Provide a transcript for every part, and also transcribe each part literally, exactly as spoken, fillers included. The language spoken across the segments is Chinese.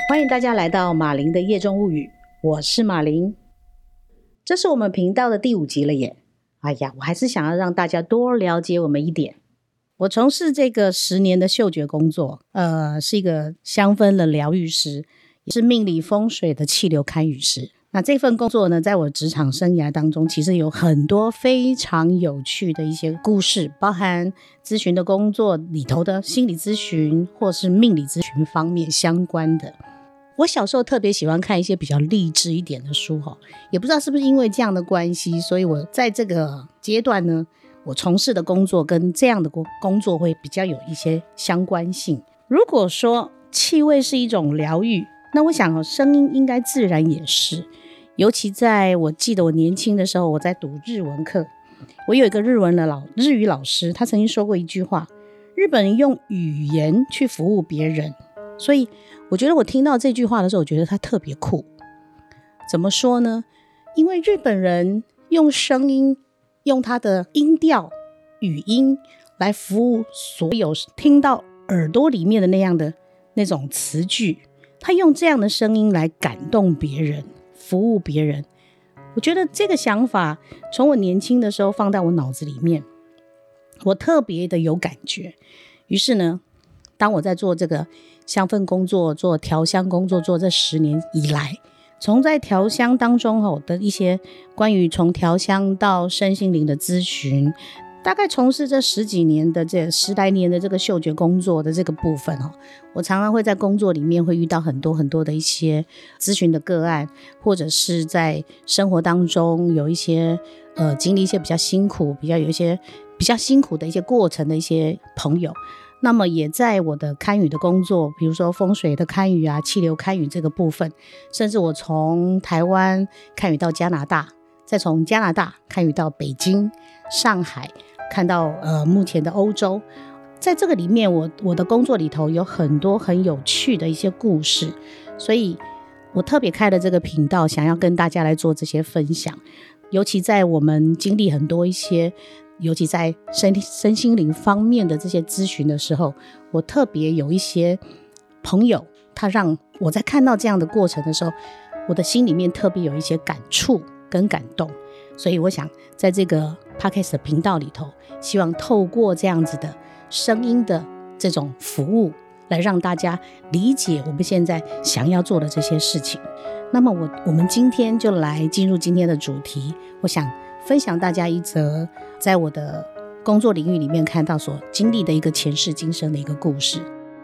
欢迎大家来到马林的夜中物语，我是马林。这是我们频道的第五集了耶。哎呀，我还是想要让大家多了解我们一点。我从事这个十年的嗅觉工作，呃，是一个香氛的疗愈师，也是命理风水的气流堪舆师。那这份工作呢，在我职场生涯当中，其实有很多非常有趣的一些故事，包含咨询的工作里头的心理咨询或是命理咨询方面相关的。我小时候特别喜欢看一些比较励志一点的书，也不知道是不是因为这样的关系，所以我在这个阶段呢，我从事的工作跟这样的工作会比较有一些相关性。如果说气味是一种疗愈，那我想声音应该自然也是。尤其在我记得我年轻的时候，我在读日文课，我有一个日文的老日语老师，他曾经说过一句话：日本人用语言去服务别人。所以我觉得我听到这句话的时候，我觉得他特别酷。怎么说呢？因为日本人用声音，用他的音调、语音来服务所有听到耳朵里面的那样的那种词句，他用这样的声音来感动别人，服务别人。我觉得这个想法从我年轻的时候放在我脑子里面，我特别的有感觉。于是呢，当我在做这个香氛工作，做调香工作，做这十年以来，从在调香当中、哦、的一些关于从调香到身心灵的咨询，大概从事这十几年的这十来年的这个嗅觉工作的这个部分、哦、我常常会在工作里面会遇到很多很多的一些咨询的个案，或者是在生活当中有一些呃经历一些比较辛苦比较有一些比较辛苦的一些过程的一些朋友。那么也在我的堪舆的工作，比如说风水的堪舆啊，气流堪舆这个部分，甚至我从台湾堪舆到加拿大，再从加拿大堪舆到北京、上海，看到呃目前的欧洲，在这个里面我我的工作里头有很多很有趣的一些故事，所以我特别开了这个频道，想要跟大家来做这些分享。尤其在我们经历很多一些尤其在 身, 身心灵方面的这些咨询的时候，我特别有一些朋友，他让我在看到这样的过程的时候，我的心里面特别有一些感触跟感动。所以我想在这个 Podcast 的频道里头，希望透过这样子的声音的这种服务，来让大家理解我们现在想要做的这些事情。那么 我, 我们今天就来进入今天的主题，我想分享大家一则在我的工作领域里面看到所经历的一个前世今生的一个故事。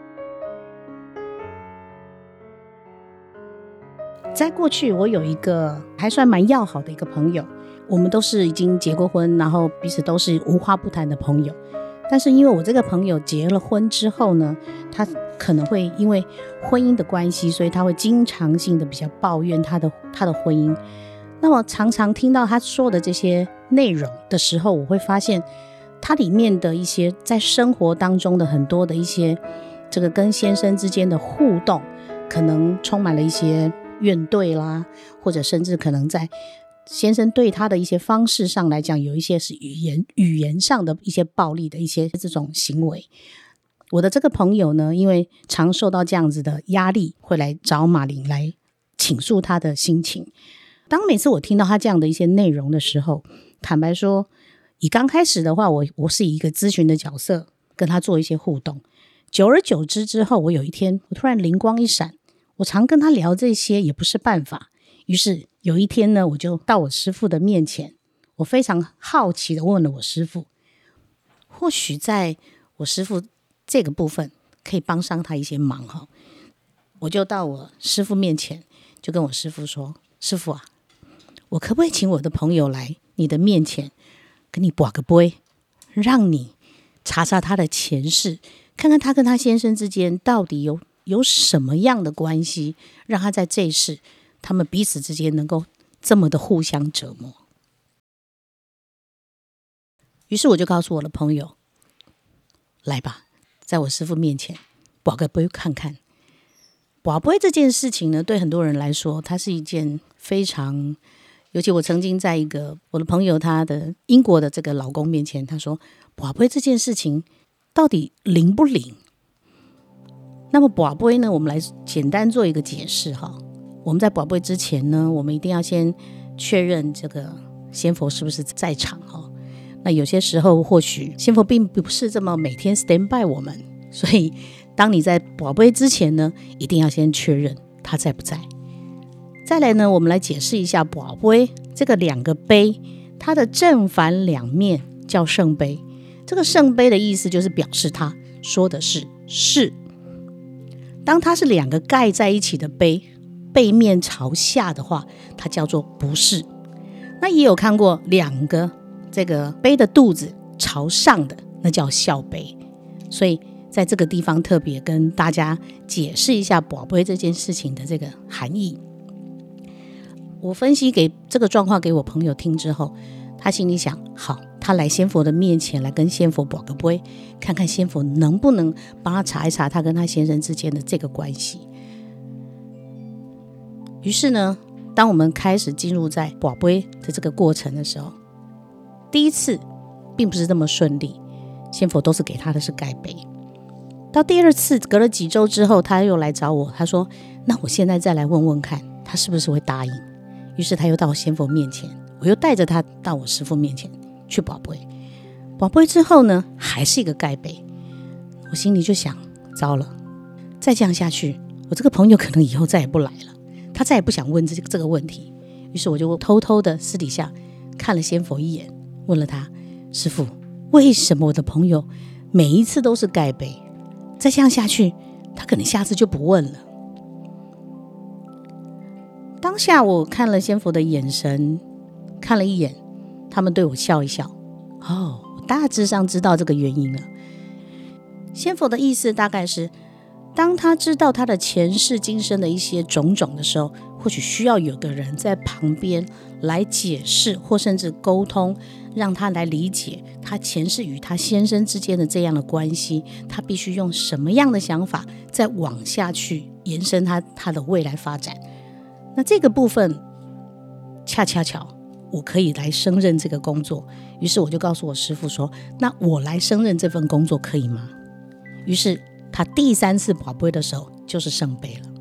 在过去我有一个还算蛮要好的一个朋友，我们都是已经结过婚，然后彼此都是无话不谈的朋友。但是因为我这个朋友结了婚之后呢，他可能会因为婚姻的关系，所以他会经常性的比较抱怨他的他的婚姻。那么常常听到他说的这些内容的时候，我会发现他里面的一些在生活当中的很多的一些这个跟先生之间的互动，可能充满了一些怨怼啦，或者甚至可能在先生对他的一些方式上来讲，有一些是语言语言上的一些暴力的一些这种行为。我的这个朋友呢，因为常受到这样子的压力，会来找马林来倾诉他的心情。当每次我听到他这样的一些内容的时候，坦白说，以刚开始的话，我我是以一个咨询的角色跟他做一些互动。久而久之之后，我有一天我突然灵光一闪，我常跟他聊这些也不是办法。于是有一天呢，我就到我师父的面前，我非常好奇的问了我师父，或许在我师父这个部分可以帮上他一些忙哈。我就到我师父面前，就跟我师父说，师父啊，我可不可以请我的朋友来你的面前跟你拔个杯，让你查查他的前世，看看他跟他先生之间到底有有什么样的关系，让他在这一世他们彼此之间能够这么的互相折磨。于是我就告诉我的朋友，来吧，在我师父面前拔个杯看看。拔杯这件事情呢，对很多人来说，它是一件非常，尤其我曾经在一个我的朋友他的英国的这个老公面前，他说拔杯这件事情到底灵不灵？ 那么跋杯呢，我们来简单做一个解释哈。我们在跋杯之前呢，我们一定要先确认这个仙佛是不是在场哈。那有些时候或许仙佛并不是这么每天 stand by 我们，所以当你在跋杯之前呢，一定要先确认他在不在。再来呢，我们来解释一下跋杯这个两个杯，它的正反两面叫圣杯。这个圣杯的意思就是表示它说的是是。当它是两个盖在一起的杯，背面朝下的话，它叫做不是。那也有看过两个这个杯的肚子朝上的，那叫笑杯。所以在这个地方特别跟大家解释一下跋杯这件事情的这个含义。我分析给这个状况给我朋友听之后，他心里想，好，他来仙佛的面前来跟仙佛跋个杯，看看仙佛能不能帮他查一查他跟他先生之间的这个关系。于是呢，当我们开始进入在跋杯的这个过程的时候，第一次并不是这么顺利，仙佛都是给他的是盖杯。到第二次隔了几周之后，他又来找我，他说那我现在再来问问看他是不是会答应。于是他又到仙佛面前，我又带着他到我师父面前去跋杯。跋杯之后呢，还是一个盖杯。我心里就想，糟了，再这样下去，我这个朋友可能以后再也不来了，他再也不想问这个这个问题。于是我就偷偷的私底下看了仙佛一眼，问了他，师父，为什么我的朋友每一次都是盖杯？再这样下去，他可能下次就不问了。当下我看了仙佛的眼神，看了一眼，他们对我笑一笑。哦，我大致上知道这个原因了。仙佛的意思大概是，当他知道他的前世今生的一些种种的时候，或许需要有个人在旁边来解释，或甚至沟通，让他来理解他前世与他先生之间的这样的关系，他必须用什么样的想法再往下去延伸他他的未来发展。那这个部分恰恰巧我可以来胜任这个工作，于是我就告诉我师父说，那我来胜任这份工作可以吗？于是他第三次跋杯的时候就是圣杯了。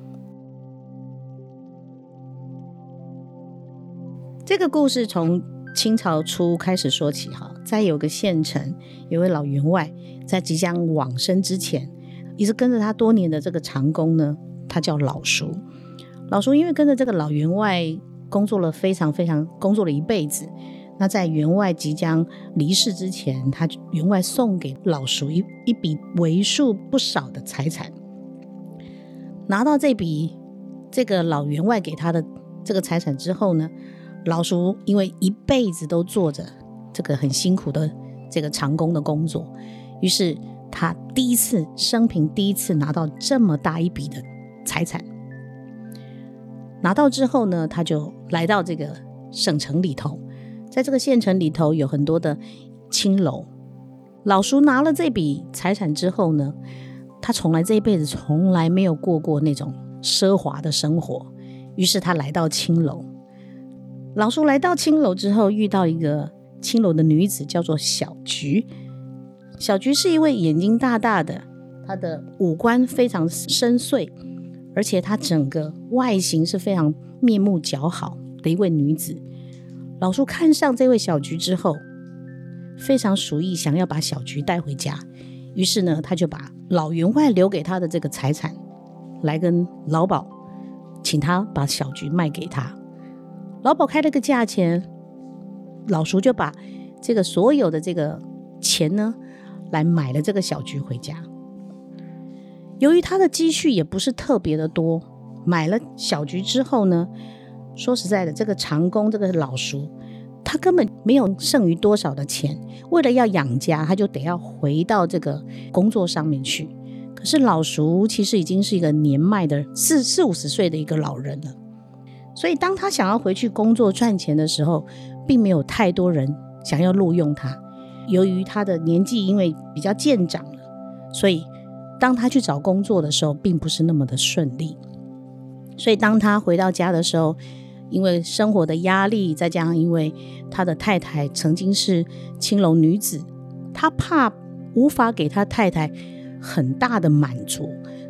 这个故事从清朝初开始说起哈，在有个县城，有位老员外在即将往生之前，一直跟着他多年的这个长工呢，他叫老叔。老叔因为跟着这个老员外工作了非常非常工作了一辈子，那在员外即将离世之前，他员外送给老叔 一, 一笔为数不少的财产。拿到这笔这个老员外给他的这个财产之后呢，老叔因为一辈子都做着这个很辛苦的这个长工的工作，于是他第一次生平第一次拿到这么大一笔的财产。拿到之后呢，他就来到这个省城里头，在这个县城里头有很多的青楼。老叔拿了这笔财产之后呢，他从来这一辈子从来没有过过那种奢华的生活，于是他来到青楼。老叔来到青楼之后，遇到一个青楼的女子，叫做小菊。小菊是一位眼睛大大的，她的五官非常深邃，而且她整个外形是非常面目姣好的一位女子。老叔看上这位小菊之后，非常属意想要把小菊带回家，于是呢，他就把老员外留给他的这个财产来跟老鸨请他把小菊卖给他。老鸨开了个价钱，老叔就把这个所有的这个钱呢来买了这个小菊回家。由于他的积蓄也不是特别的多，买了小菊之后呢，说实在的，这个长工这个老叔他根本没有剩余多少的钱，为了要养家，他就得要回到这个工作上面去。可是老叔其实已经是一个年迈的四四五十岁的一个老人了，所以当他想要回去工作赚钱的时候，并没有太多人想要录用他。由于他的年纪因为比较渐长了，所以当他去找工作的时候并不是那么的顺利。所以当他回到家的时候，因为生活的压力，再加上因为他的太太曾经是青楼女子，他怕无法给他太太很大的满足，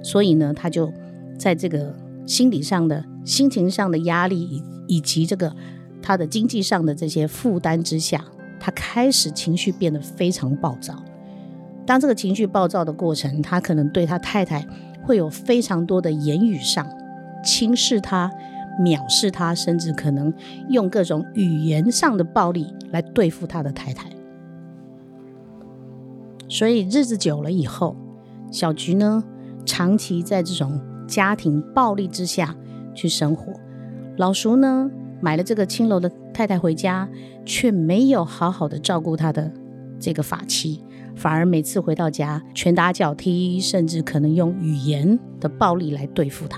所以呢，他就在这个心理上的、心情上的压力，以以及这个他的经济上的这些负担之下，他开始情绪变得非常暴躁。当这个情绪暴躁的过程，他可能对他太太会有非常多的言语上轻视他、藐视他，甚至可能用各种语言上的暴力来对付他的太太。所以日子久了以后，小菊呢长期在这种家庭暴力之下去生活。老叔呢买了这个青楼的太太回家，却没有好好的照顾他的这个法妻，反而每次回到家拳打脚踢，甚至可能用语言的暴力来对付他。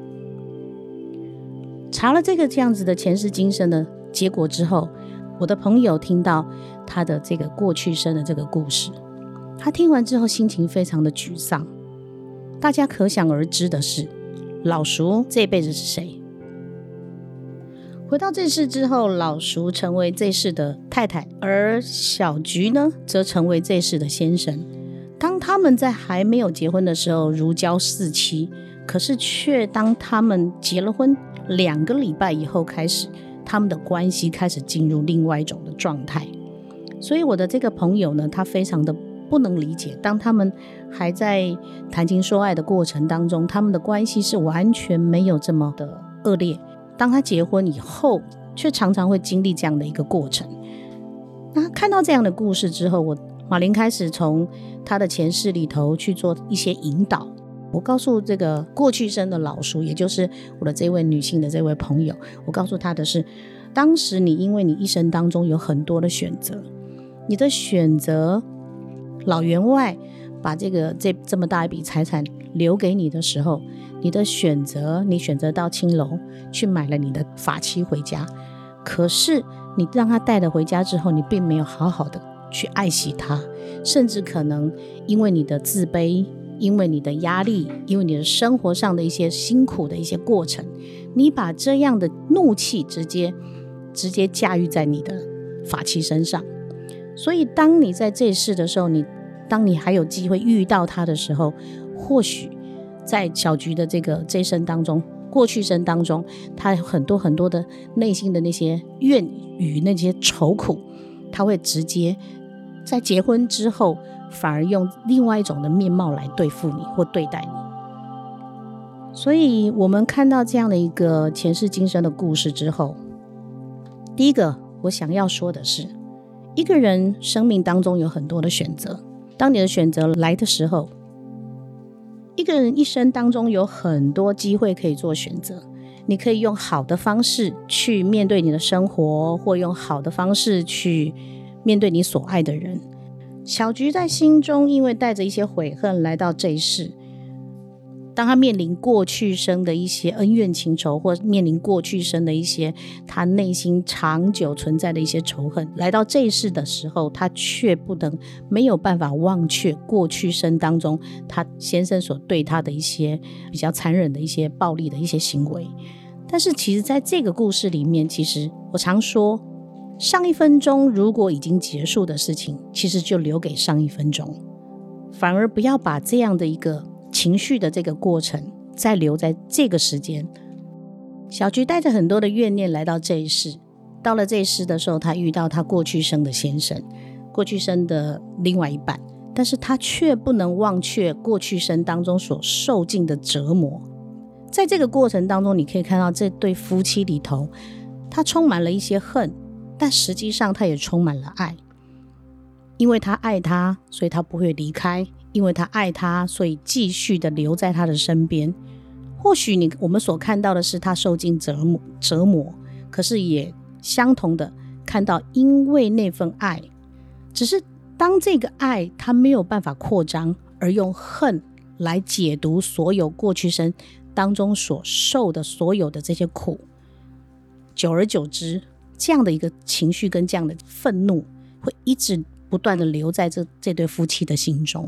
查了这个这样子的前世今生的结果之后，我的朋友听到他的这个过去生的这个故事，他听完之后心情非常的沮丧。大家可想而知的是，老叔这辈子是谁？回到这世之后，老叔成为这世的太太，而小菊呢则成为这世的先生。当他们在还没有结婚的时候如胶似漆，可是却当他们结了婚两个礼拜以后开始，他们的关系开始进入另外一种的状态。所以我的这个朋友呢，他非常的不能理解，当他们还在谈情说爱的过程当中，他们的关系是完全没有这么的恶劣，当他结婚以后却常常会经历这样的一个过程。那看到这样的故事之后，我马林开始从他的前世里头去做一些引导。我告诉这个过去生的老叔，也就是我的这位女性的这位朋友，我告诉他的是，当时你因为你一生当中有很多的选择，你的选择老员外把这个 这, 这么大一笔财产留给你的时候，你的选择你选择到青楼去买了你的法妻回家，可是你让他带了回家之后，你并没有好好的去爱惜他，甚至可能因为你的自卑，因为你的压力，因为你的生活上的一些辛苦的一些过程，你把这样的怒气直接直接驾驭在你的法妻身上。所以当你在这一世的时候，你当你还有机会遇到他的时候，或许在小菊的这个这一生当中，过去生当中，他有很多很多的内心的那些怨语，那些愁苦，他会直接在结婚之后反而用另外一种的面貌来对付你或对待你。所以我们看到这样的一个前世今生的故事之后，第一个我想要说的是，一个人生命当中有很多的选择，当你的选择来的时候，一个人一生当中有很多机会可以做选择。你可以用好的方式去面对你的生活，或用好的方式去面对你所爱的人。小菊在心中因为带着一些悔恨来到这一世，当他面临过去生的一些恩怨情仇，或面临过去生的一些他内心长久存在的一些仇恨，来到这一世的时候，他却不能没有办法忘却过去生当中他先生所对他的一些比较残忍的一些暴力的一些行为。但是其实在这个故事里面，其实我常说，上一分钟如果已经结束的事情，其实就留给上一分钟，反而不要把这样的一个情绪的这个过程再留在这个时间。小菊带着很多的怨念来到这一世，到了这一世的时候，他遇到他过去生的先生，过去生的另外一半，但是他却不能忘却过去生当中所受尽的折磨。在这个过程当中，你可以看到这对夫妻里头，他充满了一些恨，但实际上他也充满了爱。因为他爱他，所以他不会离开，因为他爱他，所以继续的留在他的身边。或许你我们所看到的是他受尽折磨折磨，可是也相同的看到因为那份爱，只是当这个爱他没有办法扩张，而用恨来解读所有过去生当中所受的所有的这些苦，久而久之，这样的一个情绪跟这样的愤怒会一直不断的留在 这, 这对夫妻的心中。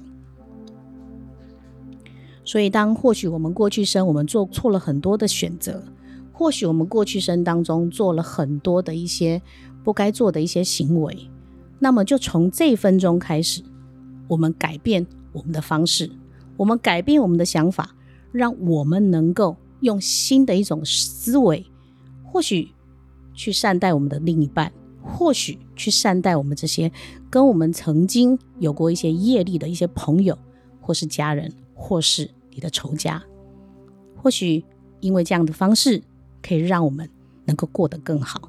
所以当或许我们过去生我们做错了很多的选择，或许我们过去生当中做了很多的一些不该做的一些行为，那么就从这一分钟开始，我们改变我们的方式，我们改变我们的想法， 让我们能够用新的一种思维，或许去善待我们的另一半，或许去善待我们这些跟我们曾经有过一些业力的一些朋友，或是家人，或是你的仇家。或许因为这样的方式可以让我们能够过得更好。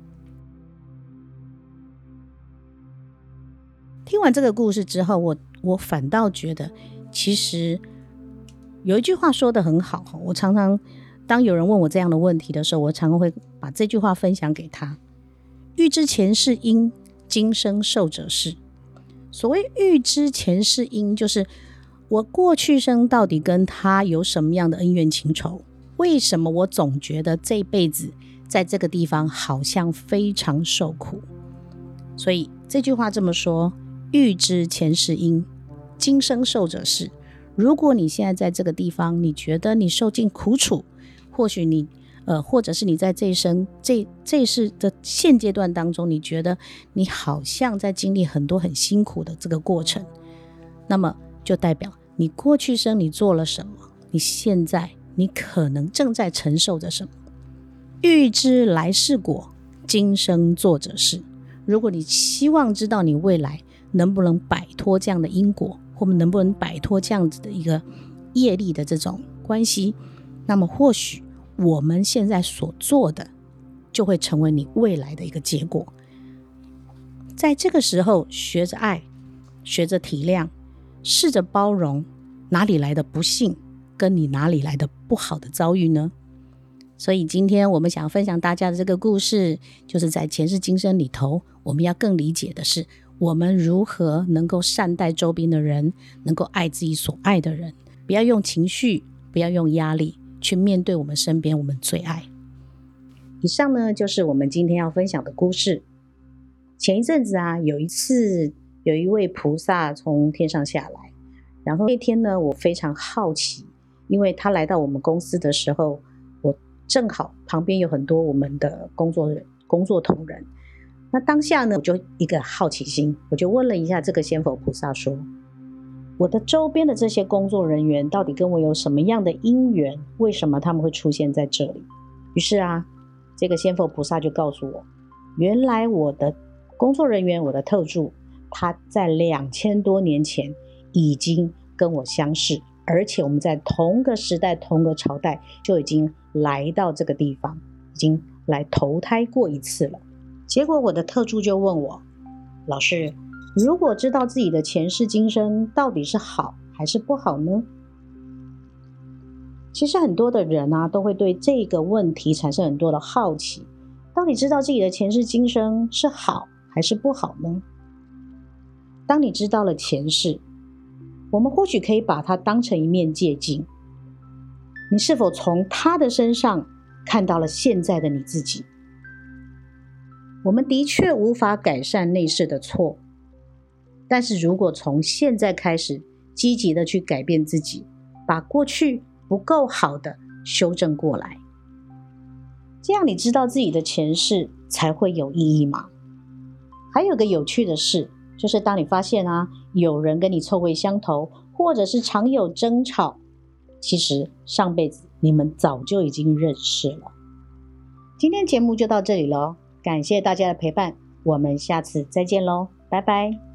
听完这个故事之后，我我反倒觉得其实有一句话说得很好，我常常当有人问我这样的问题的时候，我常常会把这句话分享给他：欲知前世因，今生受者是。所谓欲知前世因，就是我过去生到底跟他有什么样的恩怨情仇，为什么我总觉得这辈子在这个地方好像非常受苦。所以这句话这么说：欲知前世因，今生受者是。如果你现在在这个地方，你觉得你受尽苦楚，或许你呃，或者是你在这一生这这一世的现阶段当中，你觉得你好像在经历很多很辛苦的这个过程，那么就代表你过去生你做了什么，你现在你可能正在承受着什么。欲知来世果，今生做者是。如果你希望知道你未来能不能摆脱这样的因果，或能不能摆脱这样子的一个业力的这种关系，那么或许我们现在所做的就会成为你未来的一个结果。在这个时候，学着爱，学着体谅，试着包容，哪里来的不幸，跟你哪里来的不好的遭遇呢？所以今天我们想分享大家的这个故事，就是在前世今生里头，我们要更理解的是，我们如何能够善待周边的人，能够爱自己所爱的人，不要用情绪，不要用压力去面对我们身边我们最爱。以上呢，就是我们今天要分享的故事。前一阵子啊，有一次有一位菩萨从天上下来，然后那天呢，我非常好奇，因为他来到我们公司的时候，我正好旁边有很多我们的工作人工作同仁。那当下呢，我就一个好奇心，我就问了一下这个仙佛菩萨说，我的周边的这些工作人员到底跟我有什么样的因缘，为什么他们会出现在这里？于是啊，这个仙佛菩萨就告诉我，原来我的工作人员，我的特助，他在两千多年前已经跟我相识，而且我们在同个时代同个朝代就已经来到这个地方，已经来投胎过一次了。结果我的特助就问我，老师，如果知道自己的前世今生到底是好还是不好呢？其实很多的人啊，都会对这个问题产生很多的好奇，到底知道自己的前世今生是好还是不好呢？当你知道了前世，我们或许可以把它当成一面借镜，你是否从他的身上看到了现在的你自己？我们的确无法改善内世的错，但是如果从现在开始积极的去改变自己，把过去不够好的修正过来，这样你知道自己的前世才会有意义吗？还有个有趣的事，就是当你发现啊，有人跟你臭味相投，或者是常有争吵，其实上辈子你们早就已经认识了。今天节目就到这里咯，感谢大家的陪伴，我们下次再见咯，拜拜。